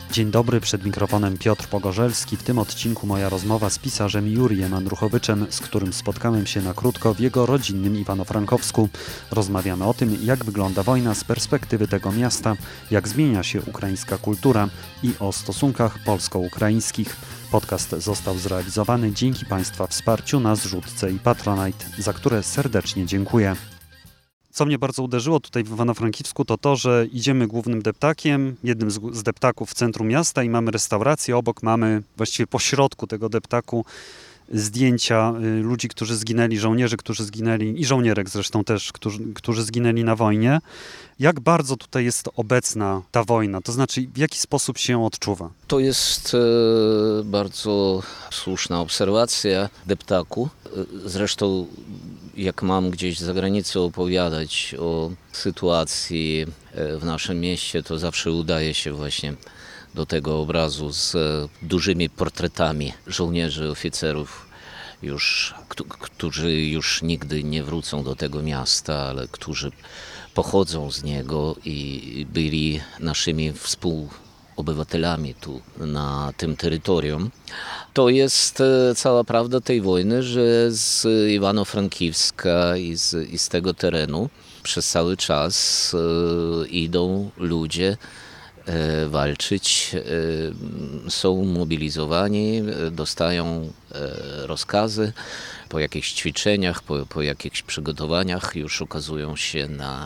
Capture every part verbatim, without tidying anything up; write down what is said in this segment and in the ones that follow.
Dzień dobry, przed mikrofonem Piotr Pogorzelski. W tym odcinku moja rozmowa z pisarzem Jurijem Andruchowiczem, z którym spotkałem się na krótko w jego rodzinnym Iwano-Frankowsku. Rozmawiamy o tym, jak wygląda wojna z perspektywy tego miasta, jak zmienia się ukraińska kultura i o stosunkach polsko-ukraińskich. Podcast został zrealizowany dzięki Państwa wsparciu na zrzutce i Patronite, za które serdecznie dziękuję. Co mnie bardzo uderzyło tutaj w Iwano-Frankivsku, to to, że idziemy głównym deptakiem, jednym z, z deptaków w centrum miasta i mamy restaurację. Obok mamy właściwie po środku tego deptaku zdjęcia y, ludzi, którzy zginęli, żołnierzy, którzy zginęli i żołnierek zresztą też, którzy, którzy zginęli na wojnie. Jak bardzo tutaj jest obecna ta wojna? To znaczy, w jaki sposób się ją odczuwa? To jest e, bardzo słuszna obserwacja deptaku. E, zresztą jak mam gdzieś za granicą opowiadać o sytuacji w naszym mieście, to zawsze udaje się właśnie do tego obrazu z dużymi portretami żołnierzy, oficerów, już, którzy już nigdy nie wrócą do tego miasta, ale którzy pochodzą z niego i byli naszymi współobywatelami tu na tym terytorium. To jest cała prawda tej wojny, że z Iwano-Frankivska i z, i z tego terenu przez cały czas e, idą ludzie e, walczyć, e, są mobilizowani, e, dostają e, rozkazy po jakichś ćwiczeniach, po, po jakichś przygotowaniach, już ukazują się na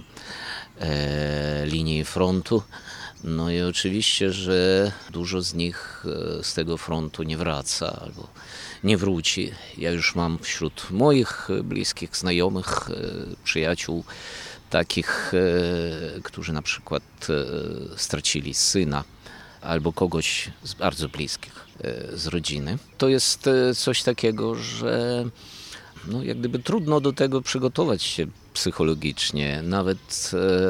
e, linii frontu. No i oczywiście, że dużo z nich z tego frontu nie wraca albo nie wróci. Ja już mam wśród moich bliskich znajomych, przyjaciół takich, którzy na przykład stracili syna albo kogoś z bardzo bliskich z rodziny. To jest coś takiego, że no, jak gdyby trudno do tego przygotować się psychologicznie. Nawet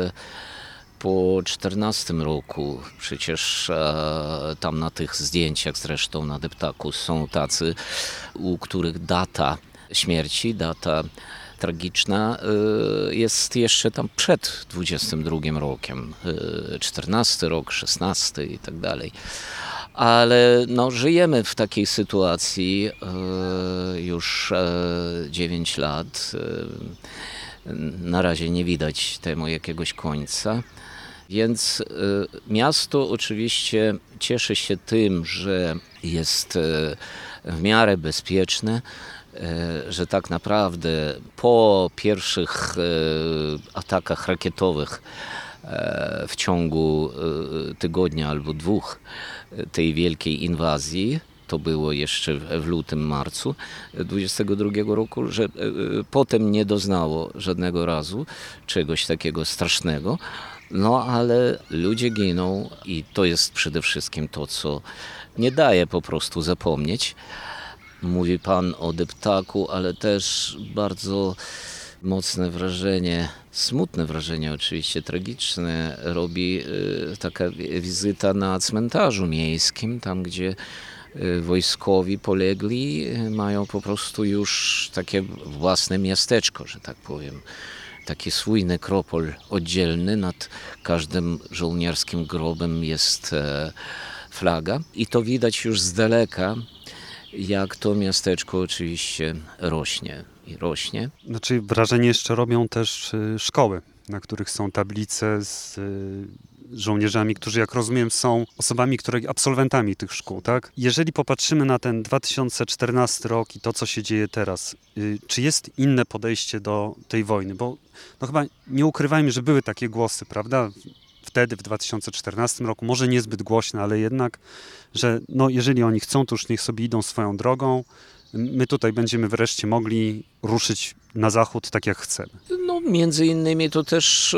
po czternastym roku, przecież e, tam na tych zdjęciach zresztą na deptaku są tacy, u których data śmierci, data tragiczna e, jest jeszcze tam przed dwudziestym drugim rokiem, e, czternasty rok, szesnasty i tak dalej. Ale no, żyjemy w takiej sytuacji e, już e, dziewięć lat. E, na razie nie widać temu jakiegoś końca. Więc y, miasto oczywiście cieszy się tym, że jest y, w miarę bezpieczne, y, że tak naprawdę po pierwszych y, atakach rakietowych y, w ciągu y, tygodnia albo dwóch y, tej wielkiej inwazji, to było jeszcze w lutym, marcu dwudziestego drugiego roku, że y, y, potem nie doznało żadnego razu czegoś takiego strasznego. No ale ludzie giną i to jest przede wszystkim to, co nie daje po prostu zapomnieć. Mówi pan o deptaku, ale też bardzo mocne wrażenie, smutne wrażenie oczywiście, tragiczne robi taka wizyta na cmentarzu miejskim, tam gdzie wojskowi polegli mają po prostu już takie własne miasteczko, że tak powiem. Taki swój nekropol oddzielny, nad każdym żołnierskim grobem jest e, flaga i to widać już z daleka, jak to miasteczko oczywiście rośnie i rośnie. Znaczy wrażenie jeszcze robią też y, szkoły, na których są tablice z y, żołnierzami, którzy, jak rozumiem, są osobami, które absolwentami tych szkół, tak? Jeżeli popatrzymy na ten dwa tysiące czternasty rok i to, co się dzieje teraz, y, czy jest inne podejście do tej wojny? Bo no chyba nie ukrywajmy, że były takie głosy, prawda? Wtedy, w dwa tysiące czternastym roku, może niezbyt głośne, ale jednak, że no, jeżeli oni chcą, to już niech sobie idą swoją drogą. My tutaj będziemy wreszcie mogli ruszyć na zachód tak, jak chcemy. No, między innymi to też e,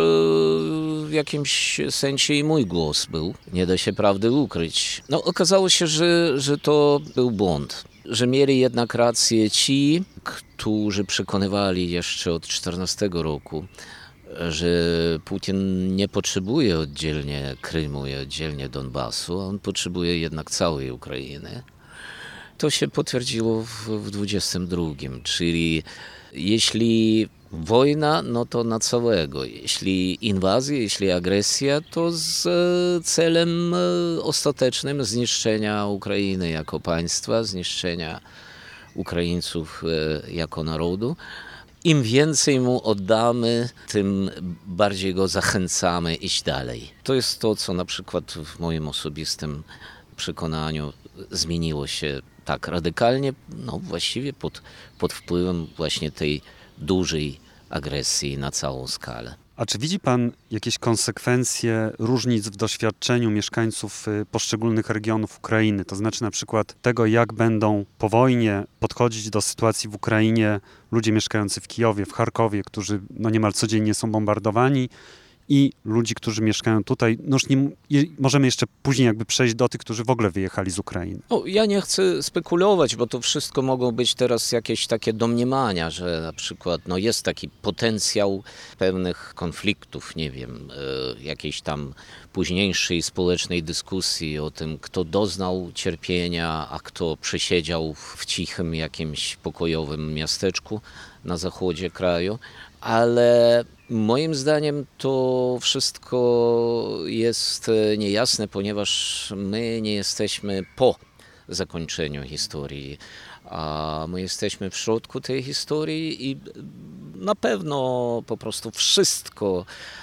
w jakimś sensie i mój głos był. Nie da się prawdy ukryć. No, okazało się, że, że to był błąd. Że mieli jednak rację ci, którzy przekonywali jeszcze od czternastego roku, że Putin nie potrzebuje oddzielnie Krymu i oddzielnie Donbasu, a on potrzebuje jednak całej Ukrainy. To się potwierdziło w, w dwudziestym drugim, czyli jeśli Wojna, no to na całego. Jeśli inwazja, jeśli agresja, to z celem ostatecznym zniszczenia Ukrainy jako państwa, zniszczenia Ukraińców jako narodu. Im więcej mu oddamy, tym bardziej go zachęcamy iść dalej. To jest to, co na przykład w moim osobistym przekonaniu zmieniło się tak radykalnie, no właściwie pod, pod wpływem właśnie tej dużej agresji na całą skalę. A czy widzi pan jakieś konsekwencje różnic w doświadczeniu mieszkańców poszczególnych regionów Ukrainy? To znaczy na przykład tego, jak będą po wojnie podchodzić do sytuacji w Ukrainie ludzie mieszkający w Kijowie, w Charkowie, którzy no niemal codziennie są bombardowani, i ludzi, którzy mieszkają tutaj. No już nie, możemy jeszcze później jakby przejść do tych, którzy w ogóle wyjechali z Ukrainy. No, ja nie chcę spekulować, bo to wszystko mogą być teraz jakieś takie domniemania, że na przykład no, jest taki potencjał pewnych konfliktów, nie wiem, y, jakiejś tam późniejszej społecznej dyskusji o tym, kto doznał cierpienia, a kto przesiedział w cichym jakimś pokojowym miasteczku na zachodzie kraju, ale moim zdaniem to wszystko jest niejasne, ponieważ my nie jesteśmy po zakończeniu historii, a my jesteśmy w środku tej historii i na pewno po prostu wszystko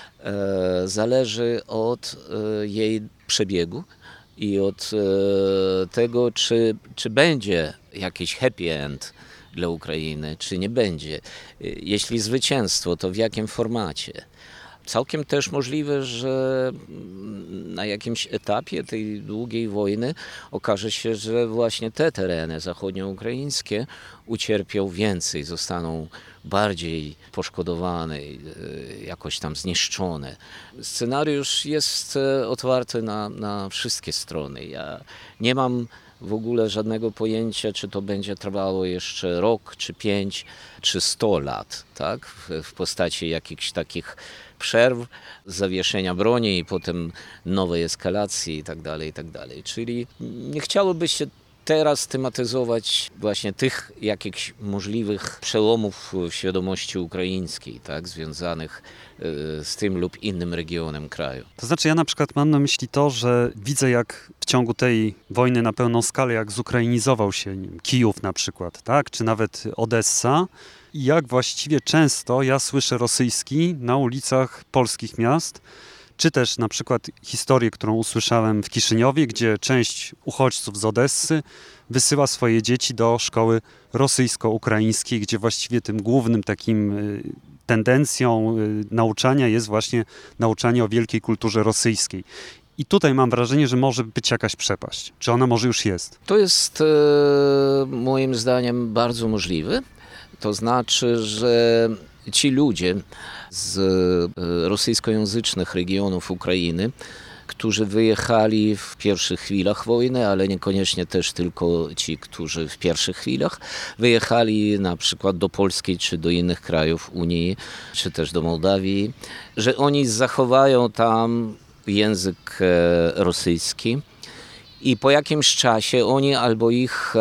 zależy od jej przebiegu i od tego, czy, czy będzie jakiś happy end dla Ukrainy, czy nie będzie. Jeśli zwycięstwo, to w jakim formacie? Całkiem też możliwe, że na jakimś etapie tej długiej wojny okaże się, że właśnie te tereny zachodnioukraińskie ucierpią więcej, zostaną bardziej poszkodowane, jakoś tam zniszczone. Scenariusz jest otwarty na, na wszystkie strony. Ja nie mam w ogóle żadnego pojęcia, czy to będzie trwało jeszcze rok, czy pięć, czy sto lat, tak? W, w postaci jakichś takich przerw, zawieszenia broni i potem nowej eskalacji i tak dalej, i tak dalej. Czyli nie chciałoby się teraz tematyzować właśnie tych jakichś możliwych przełomów w świadomości ukraińskiej, tak, związanych z tym lub innym regionem kraju. To znaczy ja na przykład mam na myśli to, że widzę jak w ciągu tej wojny na pełną skalę, jak zukrainizował się nie wiem, Kijów na przykład, tak, czy nawet Odessa, i jak właściwie często ja słyszę rosyjski na ulicach polskich miast, czy też na przykład historię, którą usłyszałem w Kiszyniowie, gdzie część uchodźców z Odessy wysyła swoje dzieci do szkoły rosyjsko-ukraińskiej, gdzie właściwie tym głównym takim tendencją nauczania jest właśnie nauczanie o wielkiej kulturze rosyjskiej. I tutaj mam wrażenie, że może być jakaś przepaść. Czy ona może już jest? To jest e, moim zdaniem bardzo możliwe. To znaczy, że ci ludzie z rosyjskojęzycznych regionów Ukrainy, którzy wyjechali w pierwszych chwilach wojny, ale niekoniecznie też tylko ci, którzy w pierwszych chwilach wyjechali na przykład do Polski, czy do innych krajów Unii, czy też do Mołdawii, że oni zachowają tam język rosyjski i po jakimś czasie oni albo ich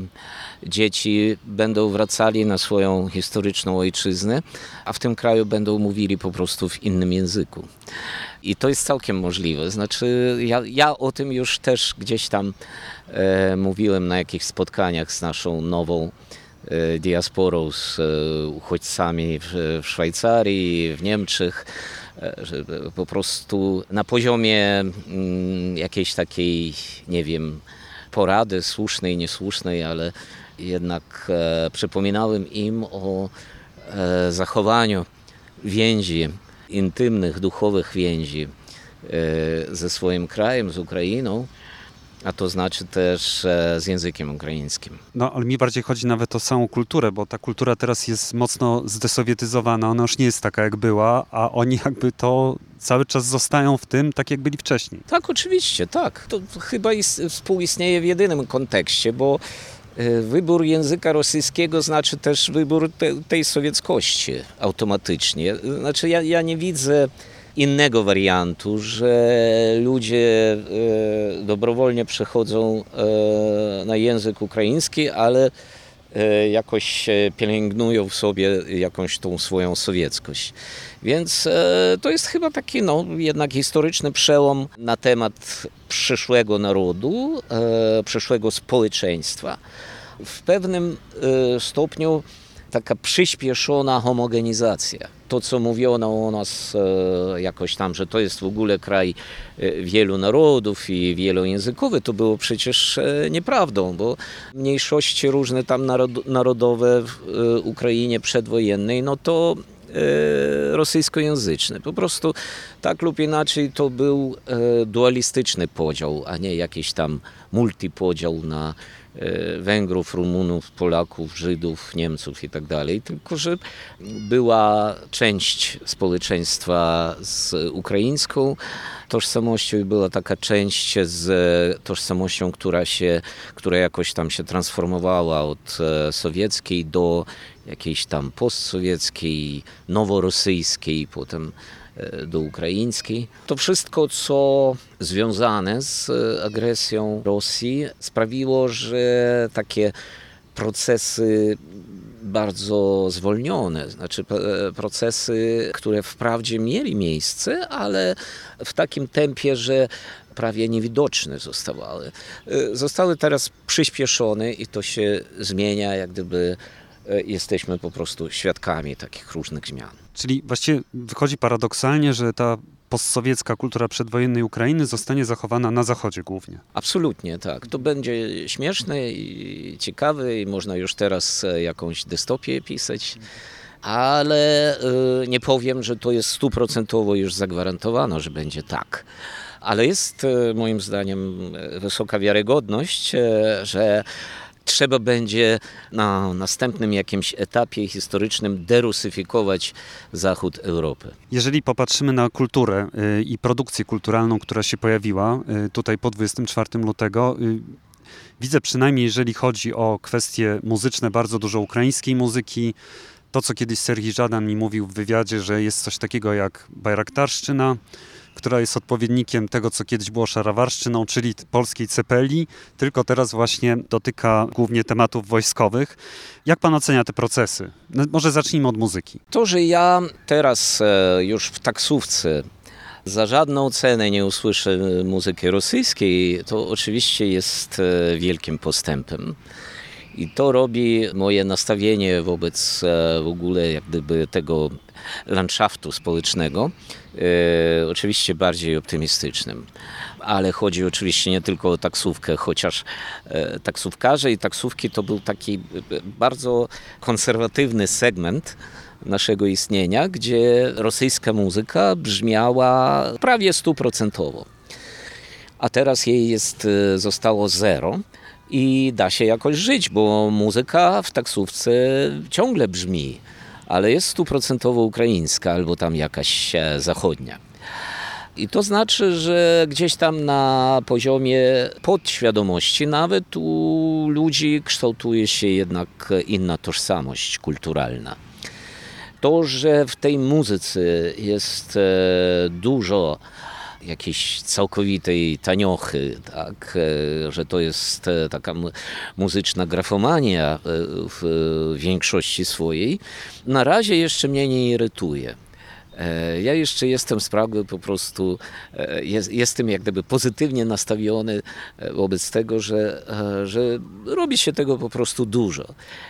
dzieci będą wracali na swoją historyczną ojczyznę, a w tym kraju będą mówili po prostu w innym języku. I to jest całkiem możliwe. Znaczy, ja, ja o tym już też gdzieś tam e, mówiłem na jakichś spotkaniach z naszą nową e, diasporą, z e, uchodźcami w, w Szwajcarii, w Niemczech, e, że po prostu na poziomie m, jakiejś takiej, nie wiem, porady słusznej, niesłusznej, ale jednak e, przypominałem im o e, zachowaniu więzi, intymnych, duchowych więzi e, ze swoim krajem, z Ukrainą, a to znaczy też e, z językiem ukraińskim. No, ale mi bardziej chodzi nawet o samą kulturę, bo ta kultura teraz jest mocno zdesowietyzowana, ona już nie jest taka jak była, a oni jakby to cały czas zostają w tym, tak jak byli wcześniej. Tak, oczywiście, tak. To chyba ist, współistnieje w jedynym kontekście, bo wybór języka rosyjskiego znaczy też wybór te, tej sowieckości automatycznie. Znaczy ja, ja nie widzę innego wariantu, że ludzie e, dobrowolnie przechodzą e, na język ukraiński, ale jakoś pielęgnują w sobie jakąś tą swoją sowieckość. Więc to jest chyba taki no, jednak historyczny przełom na temat przyszłego narodu, przyszłego społeczeństwa. W pewnym stopniu taka przyspieszona homogenizacja. To, co mówiono o nas jakoś tam, że to jest w ogóle kraj wielu narodów i wielojęzykowy, to było przecież nieprawdą, bo mniejszości różne tam narodowe w Ukrainie przedwojennej, no to rosyjskojęzyczne. Po prostu tak lub inaczej to był dualistyczny podział, a nie jakiś tam multipodział na Węgrów, Rumunów, Polaków, Żydów, Niemców i tak dalej, tylko że była część społeczeństwa z ukraińską tożsamością i była taka część z tożsamością, która się, która jakoś tam się transformowała od sowieckiej do jakiejś tam postsowieckiej, noworosyjskiej, potem do ukraińskiej. To wszystko, co związane z agresją Rosji, sprawiło, że takie procesy bardzo zwolnione, znaczy procesy, które wprawdzie mieli miejsce, ale w takim tempie, że prawie niewidoczne zostawały. Zostały teraz przyspieszone i to się zmienia, jak gdyby jesteśmy po prostu świadkami takich różnych zmian. Czyli właściwie wychodzi paradoksalnie, że ta postsowiecka kultura przedwojennej Ukrainy zostanie zachowana na Zachodzie głównie. Absolutnie tak. To będzie śmieszne i ciekawe i można już teraz jakąś dystopię pisać, ale nie powiem, że to jest stuprocentowo już zagwarantowane, że będzie tak. Ale jest moim zdaniem wysoka wiarygodność, że trzeba będzie na następnym jakimś etapie historycznym derusyfikować zachód Europy. Jeżeli popatrzymy na kulturę i produkcję kulturalną, która się pojawiła tutaj po dwudziestego czwartego lutego, widzę przynajmniej, jeżeli chodzi o kwestie muzyczne, bardzo dużo ukraińskiej muzyki. To, co kiedyś Serhii Żadan mi mówił w wywiadzie, że jest coś takiego jak bajraktarszczyna, która jest odpowiednikiem tego, co kiedyś było szarawarszczyną, czyli polskiej cepeli, tylko teraz właśnie dotyka głównie tematów wojskowych. Jak pan ocenia te procesy? No, może zacznijmy od muzyki. To, że ja teraz już w taksówce za żadną cenę nie usłyszę muzyki rosyjskiej, to oczywiście jest wielkim postępem. I to robi moje nastawienie wobec w ogóle jak gdyby tego landszaftu społecznego e, oczywiście bardziej optymistycznym. Ale chodzi oczywiście nie tylko o taksówkę, chociaż e, taksówkarze i taksówki to był taki bardzo konserwatywny segment naszego istnienia, gdzie rosyjska muzyka brzmiała prawie stuprocentowo. A teraz jej jest, zostało zero. I da się jakoś żyć, bo muzyka w taksówce ciągle brzmi, ale jest stuprocentowo ukraińska albo tam jakaś zachodnia. I to znaczy, że gdzieś tam na poziomie podświadomości nawet u ludzi kształtuje się jednak inna tożsamość kulturalna. To, że w tej muzyce jest dużo jakiejś całkowitej taniochy, tak? Że to jest taka muzyczna grafomania w większości swojej, na razie jeszcze mnie nie irytuje. Ja jeszcze jestem sprawny, po prostu jest, jestem jak gdyby pozytywnie nastawiony wobec tego, że, że robi się tego po prostu dużo.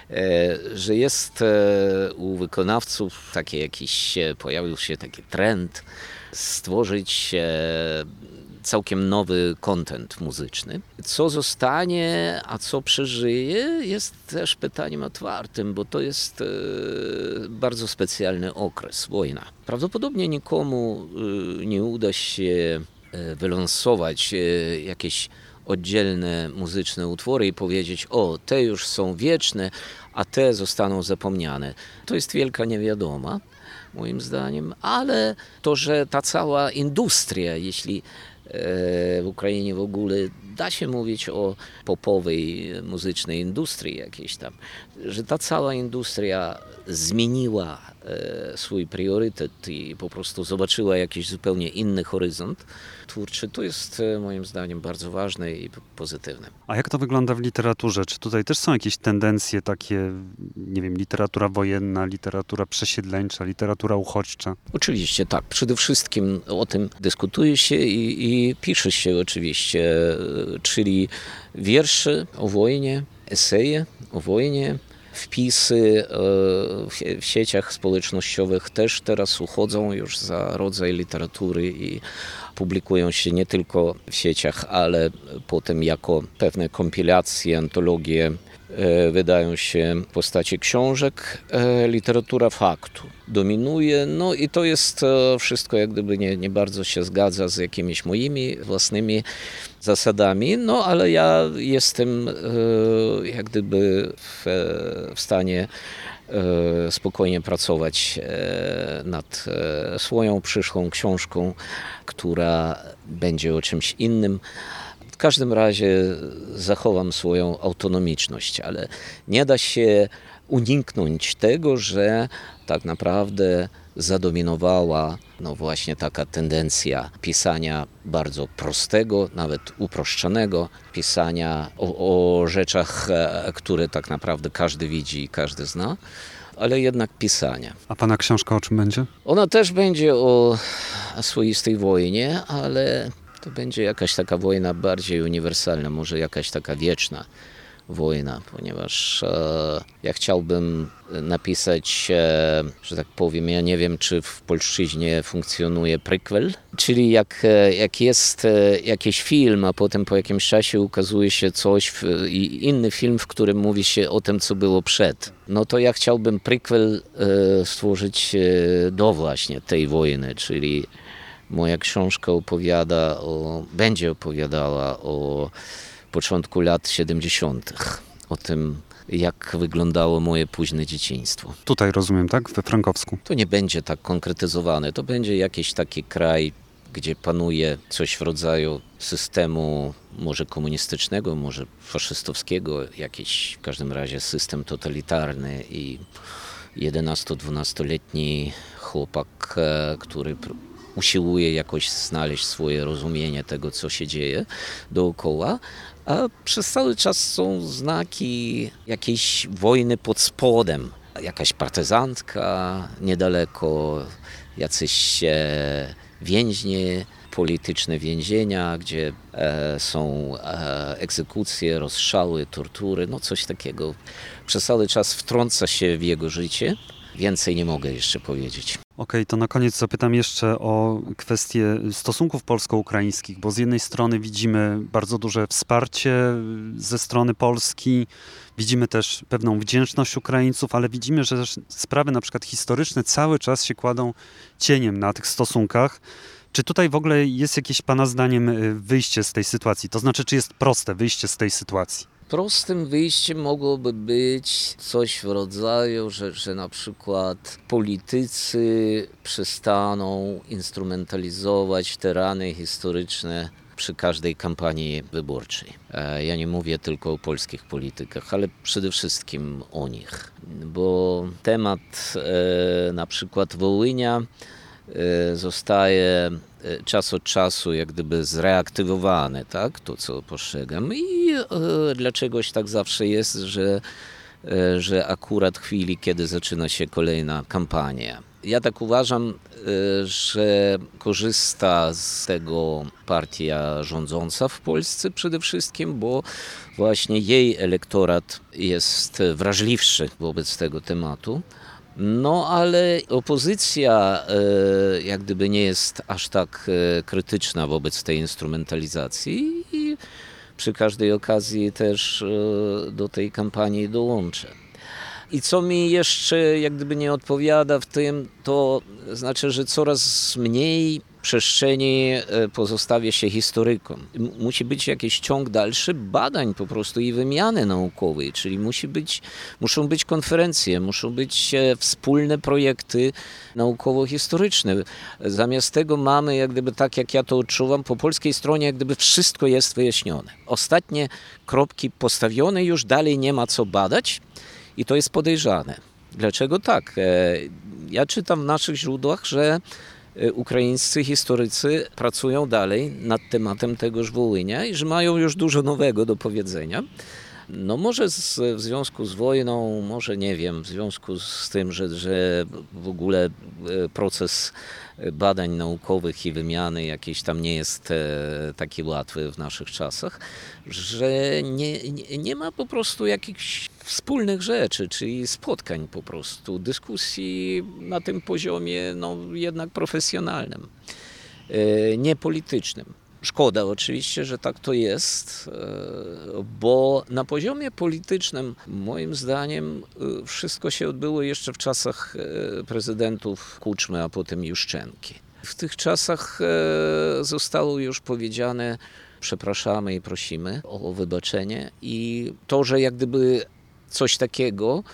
Że jest u wykonawców taki jakiś, pojawił się taki trend, stworzyć całkiem nowy content muzyczny. Co zostanie, a co przeżyje, jest też pytaniem otwartym, bo to jest bardzo specjalny okres, wojna. Prawdopodobnie nikomu nie uda się wylansować jakieś oddzielne muzyczne utwory i powiedzieć: o, te już są wieczne, a te zostaną zapomniane. To jest wielka niewiadoma, moim zdaniem, ale to, że ta cała industria, jeśli w Ukrainie w ogóle da się mówić o popowej, muzycznej industrii jakiejś tam, że ta cała industria zmieniła swój priorytet i po prostu zobaczyła jakiś zupełnie inny horyzont twórczy, to jest moim zdaniem bardzo ważne i pozytywne. A jak to wygląda w literaturze? Czy tutaj też są jakieś tendencje takie, nie wiem, literatura wojenna, literatura przesiedleńcza, literatura uchodźcza? Oczywiście tak. Przede wszystkim o tym dyskutuje się i, i pisze się oczywiście, czyli wiersze o wojnie, eseje o wojnie, wpisy w sieciach społecznościowych też teraz uchodzą już za rodzaj literatury i publikują się nie tylko w sieciach, ale potem jako pewne kompilacje, antologie wydają się w postaci książek. Literatura faktu dominuje, no i to jest wszystko jak gdyby nie, nie bardzo się zgadza z jakimiś moimi własnymi zasadami, no ale ja jestem jak gdyby w, w stanie spokojnie pracować nad swoją przyszłą książką, która będzie o czymś innym. W każdym razie zachowam swoją autonomiczność, ale nie da się uniknąć tego, że tak naprawdę zadominowała no właśnie taka tendencja pisania bardzo prostego, nawet uproszczonego, pisania o, o rzeczach, które tak naprawdę każdy widzi i każdy zna, ale jednak pisania. A pana książka o czym będzie? Ona też będzie o swoistej wojnie, ale to będzie jakaś taka wojna bardziej uniwersalna, może jakaś taka wieczna wojna, ponieważ e, ja chciałbym napisać, e, że tak powiem, ja nie wiem, czy w polszczyźnie funkcjonuje prequel, czyli jak, jak jest e, jakiś film, a potem po jakimś czasie ukazuje się coś, w, i inny film, w którym mówi się o tym, co było przed. No to ja chciałbym prequel e, stworzyć e, do właśnie tej wojny, czyli moja książka opowiada o, będzie opowiadała o początku lat siedemdziesiątych. O tym, jak wyglądało moje późne dzieciństwo. Tutaj rozumiem, tak? We Frankowsku. To nie będzie tak konkretyzowane. To będzie jakiś taki kraj, gdzie panuje coś w rodzaju systemu może komunistycznego, może faszystowskiego, jakiś w każdym razie system totalitarny i jedenasto-dwunastoletni chłopak, który usiłuje jakoś znaleźć swoje rozumienie tego, co się dzieje dookoła, a przez cały czas są znaki jakiejś wojny pod spodem. Jakaś partyzantka niedaleko, jacyś e, więźnie, polityczne więzienia, gdzie e, są e, egzekucje, rozstrzały, tortury, no coś takiego. Przez cały czas wtrąca się w jego życie. Więcej nie mogę jeszcze powiedzieć. Okej, okay, to na koniec zapytam jeszcze o kwestię stosunków polsko-ukraińskich, bo z jednej strony widzimy bardzo duże wsparcie ze strony Polski, widzimy też pewną wdzięczność Ukraińców, ale widzimy, że też sprawy na przykład historyczne cały czas się kładą cieniem na tych stosunkach. Czy tutaj w ogóle jest jakieś pana zdaniem wyjście z tej sytuacji? To znaczy, czy jest proste wyjście z tej sytuacji? Prostym wyjściem mogłoby być coś w rodzaju, że, że na przykład politycy przestaną instrumentalizować te rany historyczne przy każdej kampanii wyborczej. Ja nie mówię tylko o polskich politykach, ale przede wszystkim o nich, bo temat e, na przykład Wołynia e, zostaje czas od czasu jak gdyby zreaktywowany, tak? To co postrzegam i e, dlaczegoś tak zawsze jest, że, e, że akurat w chwili, kiedy zaczyna się kolejna kampania. Ja tak uważam, e, że korzysta z tego partia rządząca w Polsce przede wszystkim, bo właśnie jej elektorat jest wrażliwszy wobec tego tematu. No ale opozycja e, jak gdyby nie jest aż tak e, krytyczna wobec tej instrumentalizacji i przy każdej okazji też e, do tej kampanii dołączę. I co mi jeszcze jak gdyby nie odpowiada w tym, to znaczy, że coraz mniej przestrzeni pozostawia się historykom. Musi być jakiś ciąg dalszy badań po prostu i wymiany naukowej, czyli musi być, muszą być konferencje, muszą być wspólne projekty naukowo-historyczne. Zamiast tego mamy, jak gdyby tak jak ja to odczuwam, po polskiej stronie jak gdyby wszystko jest wyjaśnione. Ostatnie kropki postawione, już dalej nie ma co badać i to jest podejrzane. Dlaczego tak? Ja czytam w naszych źródłach, że ukraińscy historycy pracują dalej nad tematem tegoż Wołynia i że mają już dużo nowego do powiedzenia. No może z, w związku z wojną, może nie wiem, w związku z tym, że, że w ogóle proces badań naukowych i wymiany jakiejś tam nie jest e, taki łatwy w naszych czasach, że nie, nie, nie ma po prostu jakichś wspólnych rzeczy, czyli spotkań po prostu, dyskusji na tym poziomie no, jednak profesjonalnym, e, nie politycznym. Szkoda oczywiście, że tak to jest, bo na poziomie politycznym moim zdaniem wszystko się odbyło jeszcze w czasach prezydentów Kuczmy, a potem Juszczenki. W tych czasach zostało już powiedziane: przepraszamy i prosimy o wybaczenie i to, że jak gdyby coś takiego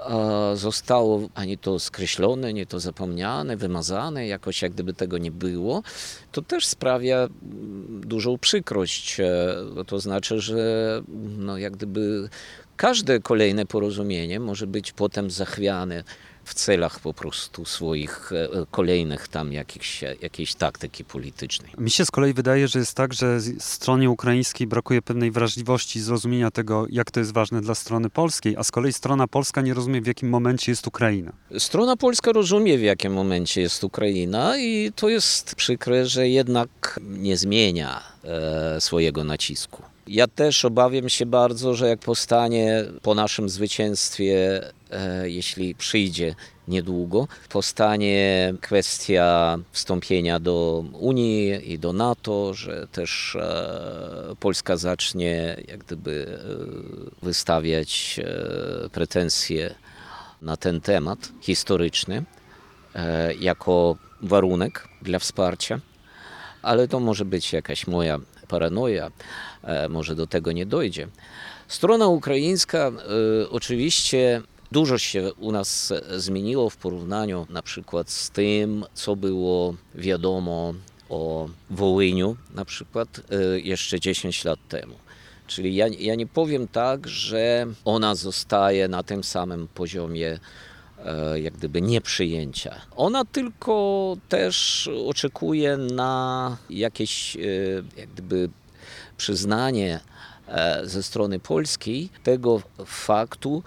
zostało ani to skreślone, nie to zapomniane, wymazane, jakoś jak gdyby tego nie było, to też sprawia dużą przykrość. To znaczy, że no jak gdyby każde kolejne porozumienie może być potem zachwiane w celach po prostu swoich kolejnych tam jakichś, jakiejś taktyki politycznej. Mi się z kolei wydaje, że jest tak, że stronie ukraińskiej brakuje pewnej wrażliwości, zrozumienia tego, jak to jest ważne dla strony polskiej, a z kolei strona polska nie rozumie, w jakim momencie jest Ukraina. Strona polska rozumie, w jakim momencie jest Ukraina i to jest przykre, że jednak nie zmienia e, swojego nacisku. Ja też obawiam się bardzo, że jak powstanie po naszym zwycięstwie, e, jeśli przyjdzie niedługo, powstanie kwestia wstąpienia do Unii i do NATO, że też e, Polska zacznie jak gdyby e, wystawiać e, pretensje na ten temat historyczny e, jako warunek dla wsparcia, ale to może być jakaś moja paranoja, może do tego nie dojdzie. Strona ukraińska y, oczywiście dużo się u nas zmieniło w porównaniu na przykład z tym, co było wiadomo o Wołyniu na przykład y, jeszcze dziesięć lat temu. Czyli ja, ja nie powiem tak, że ona zostaje na tym samym poziomie jak gdyby nieprzyjęcia. Ona tylko też oczekuje na jakieś jak gdyby przyznanie ze strony polskiej tego faktu,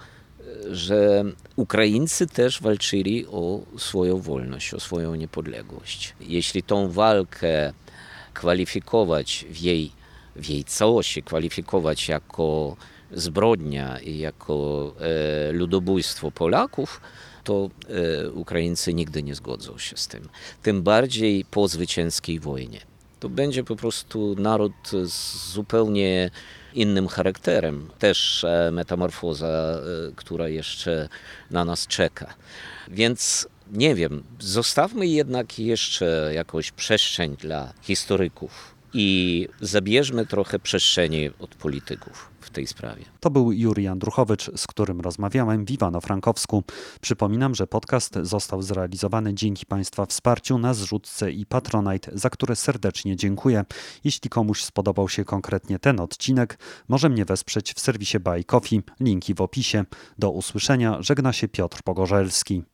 że Ukraińcy też walczyli o swoją wolność, o swoją niepodległość. Jeśli tą walkę kwalifikować w jej, w jej całości, kwalifikować jako zbrodnia i jako e, ludobójstwo Polaków, to e, Ukraińcy nigdy nie zgodzą się z tym. Tym bardziej po zwycięskiej wojnie. To będzie po prostu naród z zupełnie innym charakterem. Też e, metamorfoza, e, która jeszcze na nas czeka. Więc nie wiem, zostawmy jednak jeszcze jakąś przestrzeń dla historyków i zabierzmy trochę przestrzeni od polityków w tej sprawie. To był Jurij Andruchowicz, z którym rozmawiałem w Iwano-Frankowsku. Przypominam, że podcast został zrealizowany dzięki Państwa wsparciu na zrzutce i Patronite, za które serdecznie dziękuję. Jeśli komuś spodobał się konkretnie ten odcinek, może mnie wesprzeć w serwisie Buy Coffee, linki w opisie. Do usłyszenia, żegna się Piotr Pogorzelski.